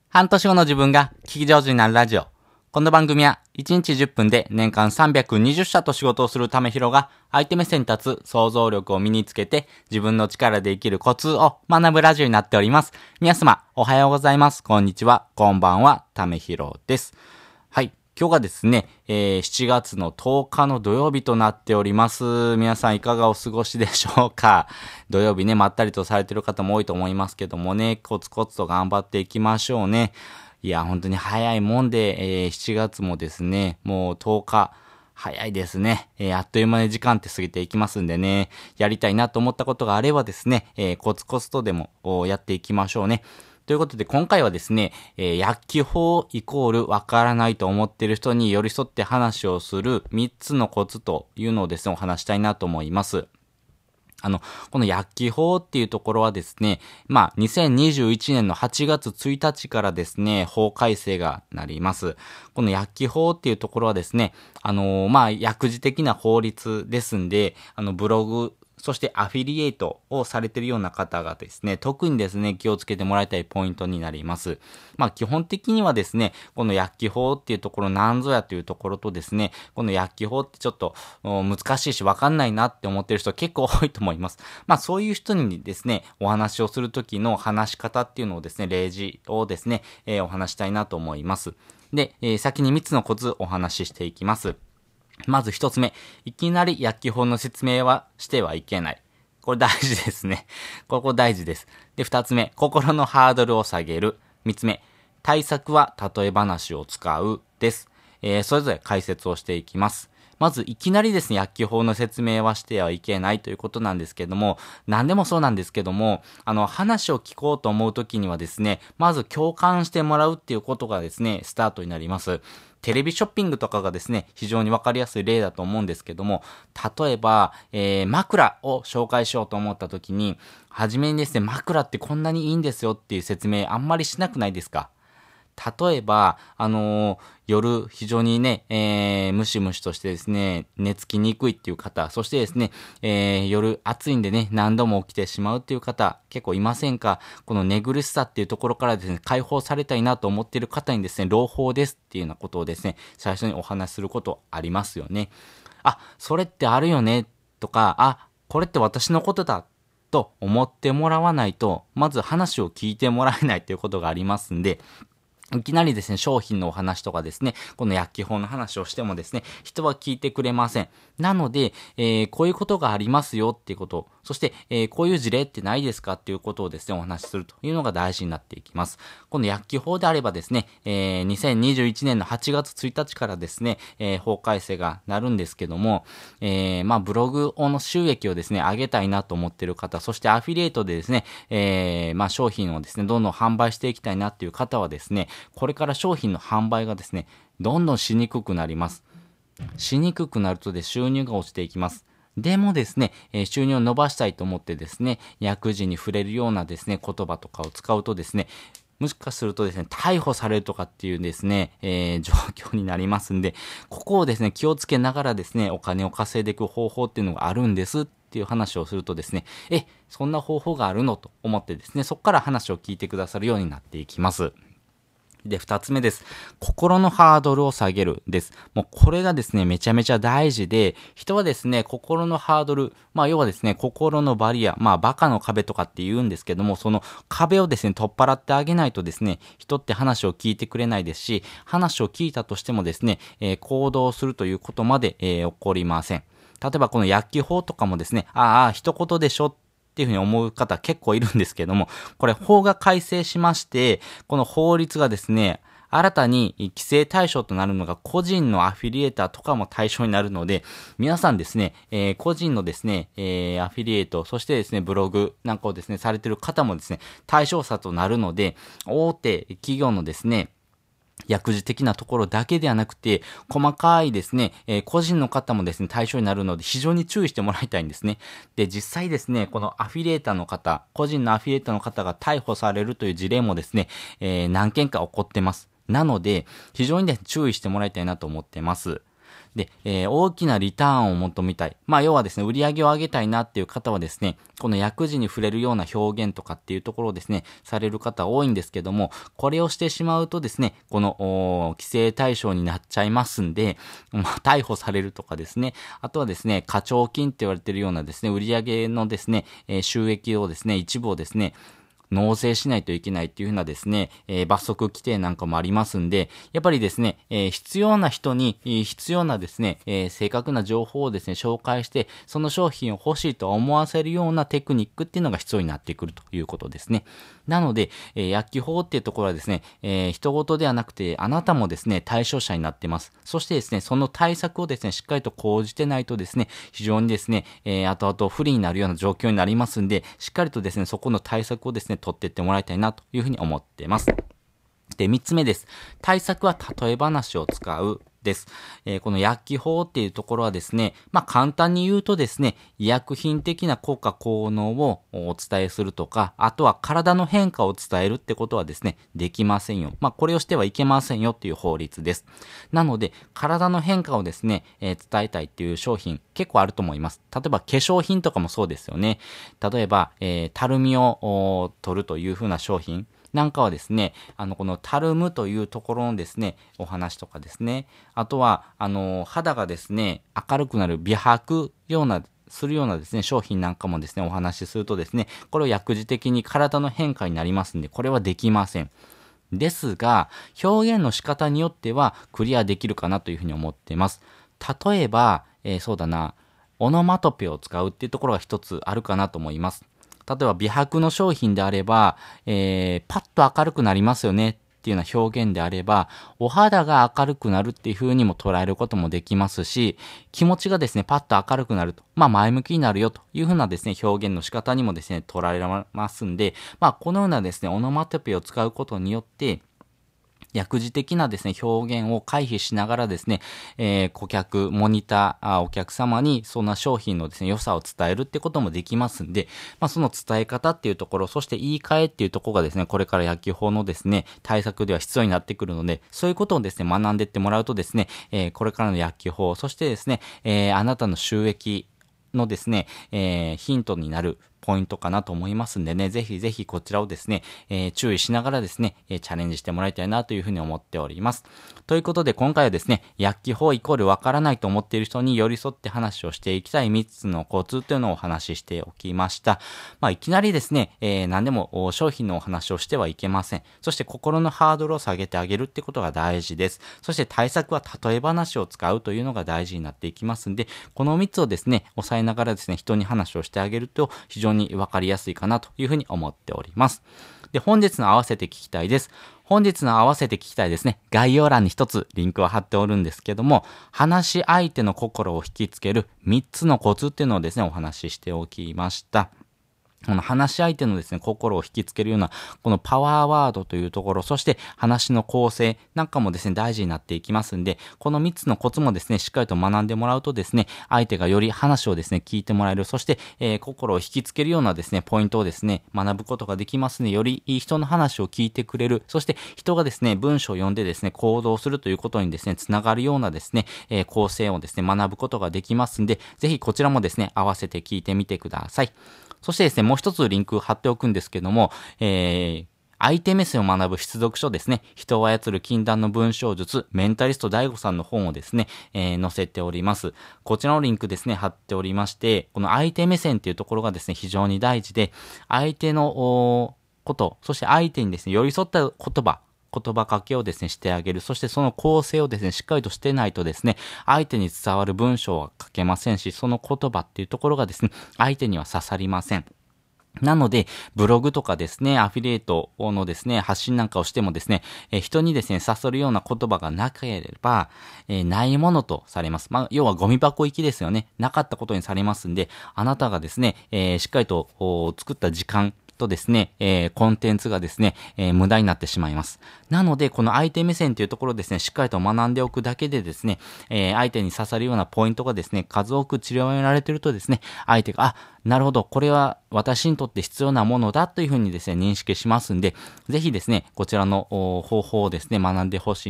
半年後の自分が聞き上手になるラジオ。この番組は1日10分で年間320社と仕事をするためひろが相手目線に立つ想像力を身につけて自分の力で生きるコツを学ぶラジオになっております。皆様おはようございます。こんにちは。こんばんは。ためひろです。はい。今日がですね、7月の10日の土曜日となっております。皆さんいかがお過ごしでしょうか。土曜日ね、まったりとされてる方も多いと思いますけどもね、コツコツと頑張っていきましょうね。いや、本当に早いもんで、7月もですね、もう10日、早いですね。あっという間に時間って過ぎていきますんでね、やりたいなと思ったことがあればですね、コツコツとでもやっていきましょうね。ということで今回はですね、薬機法イコールわからないと思っている人に寄り添って話をする3つのコツというのをですね、お話したいなと思います。この薬機法っていうところはですね、2021年の8月1日からですね、法改正がなります。この薬機法っていうところはですね、薬事的な法律ですんで、ブログ、そしてアフィリエイトをされているような方がですね、特にですね、気をつけてもらいたいポイントになります。基本的にはですね、この薬機法っていうところなんぞやというところとですね、この薬機法ってちょっと難しいしわかんないなって思ってる人結構多いと思います。そういう人にですね、お話をするときの話し方っていうのをですね、例示をですね、お話したいなと思います。で、先に3つのコツお話ししていきます。まず一つ目、いきなり薬機法の説明はしてはいけない。これ大事ですね。ここ大事です。で、二つ目、心のハードルを下げる。三つ目、対策は例え話を使う。です。それぞれ解説をしていきます。まず、いきなりですね、薬機法の説明はしてはいけないということなんですけども、何でもそうなんですけども、話を聞こうと思うときにはですね、まず共感してもらうっていうことがですね、スタートになります。テレビショッピングとかがですね、非常にわかりやすい例だと思うんですけども、例えば、枕を紹介しようと思ったときに、はじめにですね、枕ってこんなにいいんですよっていう説明あんまりしなくないですか？例えば、夜非常にね、ムシムシとしてですね、寝つきにくいっていう方、そしてですね、夜暑いんでね、何度も起きてしまうっていう方、結構いませんか？この寝苦しさっていうところからですね、解放されたいなと思っている方にですね、朗報ですっていうようなことをですね、最初にお話しすることありますよね。あ、それってあるよね、とか、あ、これって私のことだ、と思ってもらわないと、まず話を聞いてもらえないということがありますんで、いきなりですね、商品のお話とかですね、この薬機法の話をしてもですね、人は聞いてくれません。なので、こういうことがありますよっていうこと、そして、こういう事例ってないですかっていうことをですね、お話しするというのが大事になっていきます。この薬機法であればですね、2021年の8月1日からですね、法改正がなるんですけども、ブログの収益をですね、上げたいなと思っている方、そしてアフィリエイトでですね、商品をですね、どんどん販売していきたいなっていう方はですね、これから商品の販売がですね、どんどんしにくくなります。しにくくなるとで収入が落ちていきます。でもですね、収入を伸ばしたいと思ってですね、薬事に触れるようなですね、言葉とかを使うとですね、もしかするとですね、逮捕されるとかっていうですね、状況になりますんで、ここをですね、気をつけながらですね、お金を稼いでいく方法っていうのがあるんですっていう話をするとですね、そんな方法があるのと思ってですね、そこから話を聞いてくださるようになっていきます。で、二つ目です。心のハードルを下げるです。もうこれがですね、めちゃめちゃ大事で、人はですね、心のハードル、要はですね、心のバリア、バカの壁とかって言うんですけども、その壁をですね、取っ払ってあげないとですね、人って話を聞いてくれないですし、話を聞いたとしてもですね、行動するということまで、起こりません。例えばこの薬機法とかもですね、一言でしょっていうふうに思う方結構いるんですけども、これ法が改正しまして、この法律がですね、新たに規制対象となるのが個人のアフィリエーターとかも対象になるので、皆さんですね、個人のですね、アフィリエイト、そしてですね、ブログなんかをですね、されている方もですね、対象者となるので、大手企業のですね、薬事的なところだけではなくて、細かいですね、個人の方もですね、対象になるので非常に注意してもらいたいんですね。で、実際ですね、このアフィリエーターの方、個人のアフィリエーターの方が逮捕されるという事例もですね、何件か起こってます。なので、非常にね、注意してもらいたいなと思ってます。 で、大きなリターンを求めたい。要はですね、売り上げを上げたいなっていう方はですね、この訳字に触れるような表現とかっていうところをですね、される方多いんですけども、これをしてしまうとですね、この規制対象になっちゃいますんで、逮捕されるとかですね、あとはですね、課徴金って言われているようなですね、売り上げのですね、収益をですね、一部をですね、納税しないといけないっていうふうなですね、罰則規定なんかもありますんで、やっぱりですね、必要な人に、必要なですね、正確な情報をですね、紹介して、その商品を欲しいと思わせるようなテクニックっていうのが必要になってくるということですね。なので、薬機法っていうところはですね、人事ではなくて、あなたもですね、対象者になっています。そしてですね、その対策をですね、しっかりと講じてないとですね、非常にですね、後々不利になるような状況になりますんで、しっかりとですね、そこの対策をですね、取っていってもらいたいなというふうに思っています。で、3つ目です。対策は例え話を使う。です。この薬機法っていうところはですね、簡単に言うとですね、医薬品的な効果効能をお伝えするとか、あとは体の変化を伝えるってことはですね、できませんよ。これをしてはいけませんよっていう法律です。なので、体の変化をですね、伝えたいっていう商品結構あると思います。例えば化粧品とかもそうですよね。例えば、たるみを取るというふうな商品。なんかはですね、このたるむというところのですね、お話とかですね、あとは、肌がですね、明るくなる美白するようなですね、商品なんかもですね、お話しするとですね、これを薬事的に体の変化になりますんで、これはできません。ですが、表現の仕方によってはクリアできるかなというふうに思っています。例えば、そうだな、オノマトペを使うっていうところが一つあるかなと思います。例えば美白の商品であれば、パッと明るくなりますよねっていうような表現であれば、お肌が明るくなるっていう風にも捉えることもできますし、気持ちがですね、パッと明るくなると、前向きになるよという風なですね、表現の仕方にもですね、捉えられますんで、このようなですね、オノマトペを使うことによって、薬事的なですね、表現を回避しながらですね、顧客、モニター、お客様にそんな商品のですね、良さを伝えるってこともできますんで、その伝え方っていうところ、そして言い換えっていうところがですね、これから薬機法のですね、対策では必要になってくるので、そういうことをですね、学んでいってもらうとですね、これからの薬機法、そしてですね、あなたの収益のですね、ヒントになるポイントかなと思いますんでね、ぜひぜひこちらをですね、注意しながらですね、チャレンジしてもらいたいなというふうに思っております。ということで今回はですね、薬機法イコールわからないと思っている人に寄り添って話をしていきたい3つのコツというのをお話ししておきました。いきなりですね、何でも商品のお話をしてはいけません。そして心のハードルを下げてあげるってことが大事です。そして対策は例え話を使うというのが大事になっていきますんで、この3つをですね、抑えながらですね、人に話をしてあげると非常に分かりやすいかなというふうに思っております。で、本日の合わせて聞きたいです。本日の合わせて聞きたいですね。概要欄に一つリンクを貼っておるんですけども、話し相手の心を引きつける3つのコツっていうのをですね、お話ししておきました。この話し相手のですね、心を引きつけるような、このパワーワードというところ、そして話の構成なんかもですね、大事になっていきますんで、この3つのコツもですね、しっかりと学んでもらうとですね、相手がより話をですね、聞いてもらえる、そして、心を引きつけるようなですね、ポイントをですね、学ぶことができますので、よりいい人の話を聞いてくれる、そして人がですね、文章を読んでですね、行動するということにですね、つながるようなですね、構成をですね、学ぶことができますんで、ぜひこちらもですね、合わせて聞いてみてください。そしてですね、もう一つリンク貼っておくんですけども、相手目線を学ぶ必読書ですね。人を操る禁断の文章術、メンタリスト DAIGO さんの本をですね、載せております。こちらのリンクですね、貼っておりまして、この相手目線っていうところがですね、非常に大事で、相手のこと、そして相手にですね、寄り添った言葉かけをですね、してあげる。そしてその構成をですね、しっかりとしてないとですね、相手に伝わる文章は書けませんし、その言葉っていうところがですね、相手には刺さりません。なので、ブログとかですね、アフィリエイトのですね、発信なんかをしてもですね、人にですね、刺さるような言葉がなければ、ないものとされます。要はゴミ箱行きですよね。なかったことにされますんで、あなたがですね、しっかりと作った時間、とですね、コンテンツがですね、無駄になってしまいます。なので、この相手目線というところをですね、しっかりと学んでおくだけでですね、相手に刺さるようなポイントがですね、数多く治療められているとですね、相手が、なるほど、これは私にとって必要なものだというふうにですね、認識しますんで、ぜひですね、こちらの方法をですね、学んでほしいなと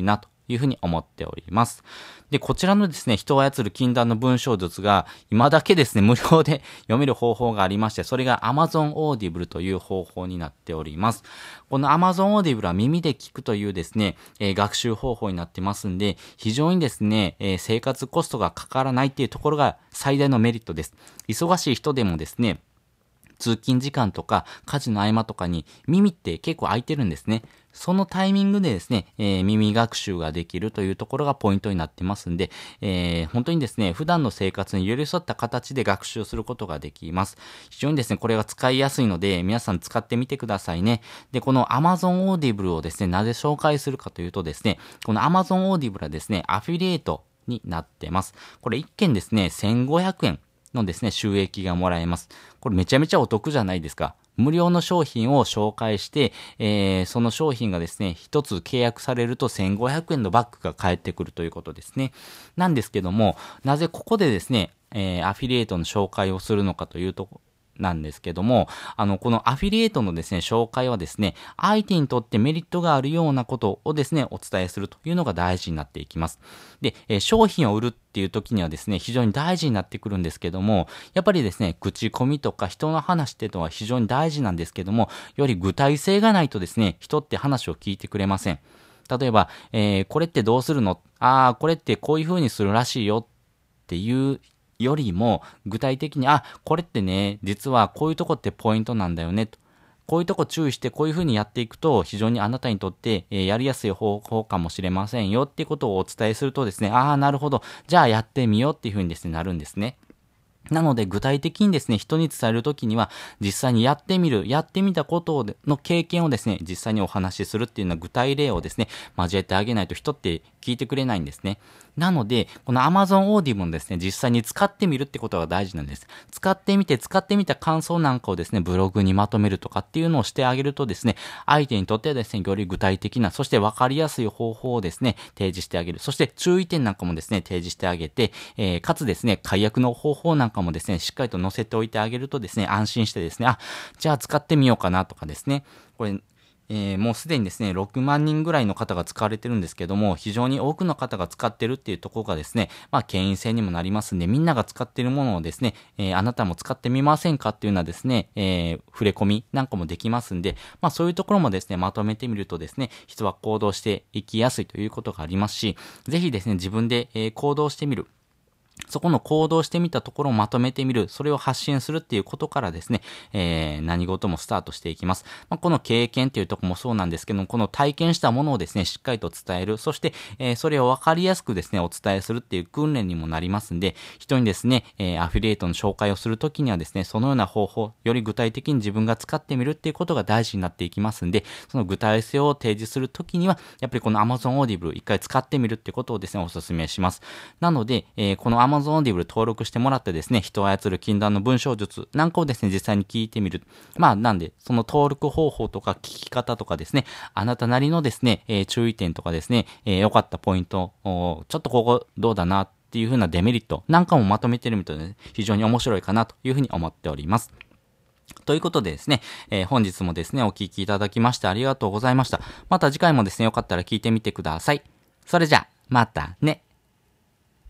いうふうに思っております。で、こちらのですね、人を操る禁断の文章術が、今だけですね、無料で読める方法がありまして、それが Amazon Audible という方法になっております。この Amazon Audible は耳で聞くというですね、学習方法になってますんで、非常にですね、生活コストがかからないっていうところが最大のメリットです。忙しい人でもですね、通勤時間とか家事の合間とかに耳って結構空いてるんですね。そのタイミングでですね、耳学習ができるというところがポイントになってますんで、本当にですね、普段の生活に寄り添った形で学習することができます。非常にですね、これが使いやすいので、皆さん使ってみてくださいね。で、この Amazon Audible をですね、なぜ紹介するかというとですね、この Amazon Audible はですね、アフィリエイトになってます。これ1件ですね、1500円。のですね、収益がもらえます。これめちゃめちゃお得じゃないですか。無料の商品を紹介して、その商品がですね、一つ契約されると1500円のバックが返ってくるということですね。なんですけども、なぜここでですね、アフィリエイトの紹介をするのかというと、なんですけども、このアフィリエイトのですね、紹介はですね、相手にとってメリットがあるようなことをですね、お伝えするというのが大事になっていきます。で、商品を売るっていう時にはですね、非常に大事になってくるんですけども、やっぱりですね、口コミとか人の話っていうのは非常に大事なんですけども、より具体性がないとですね、人って話を聞いてくれません。例えば、これってどうするの？これってこういう風にするらしいよっていうよりも、具体的に、これってね、実はこういうとこってポイントなんだよね、と。こういうとこ注意してこういう風にやっていくと、非常にあなたにとって、やりやすい方法かもしれませんよっていうことをお伝えするとですね、なるほど。じゃあやってみようっていう風にですね、なるんですね。なので、具体的にですね、人に伝えるときには、実際にやってみる、やってみたことの経験をですね、実際にお話しするっていうような具体例をですね、交えてあげないと人って聞いてくれないんですね。なので、この Amazon Audible もですね、実際に使ってみるってことが大事なんです。使ってみた感想なんかをですね、ブログにまとめるとかっていうのをしてあげるとですね、相手にとってはですね、より具体的な、そして分かりやすい方法をですね、提示してあげる。そして注意点なんかもですね、提示してあげて、かつですね、解約の方法なんかもですね、しっかりと載せておいてあげるとですね、安心してですね、じゃあ使ってみようかなとかですね、これ、もうすでにですね、6万人ぐらいの方が使われてるんですけども、非常に多くの方が使ってるっていうところがですね、権威性にもなりますんで、みんなが使ってるものをですね、あなたも使ってみませんかっていうようなですね、触れ込みなんかもできますんで、そういうところもですね、まとめてみるとですね、人は行動していきやすいということがありますし、ぜひですね、自分で、行動してみる。そこの行動してみたところをまとめてみる。それを発信するっていうことからですね、何事もスタートしていきます。この経験っていうところもそうなんですけども、この体験したものをですね、しっかりと伝える。そして、それを分かりやすくですね、お伝えするっていう訓練にもなりますんで、人にですね、アフィリエイトの紹介をするときにはですね、そのような方法、より具体的に自分が使ってみるっていうことが大事になっていきますんで、その具体性を提示するときには、やっぱりこの Amazon Audible 一回使ってみるってことをですね、お勧めします。なので、この Amazon Audible 登録してもらってですね、人を操る禁断の文章術なんかをですね、実際に聞いてみる。なんで、その登録方法とか聞き方とかですね、あなたなりのですね、注意点とかですね、良かったポイント、ちょっとここどうだなっていう風なデメリットなんかもまとめてるみたいで、非常に面白いかなという風に思っております。ということでですね、本日もですね、お聞きいただきましてありがとうございました。また次回もですね、よかったら聞いてみてください。それじゃあ、またね。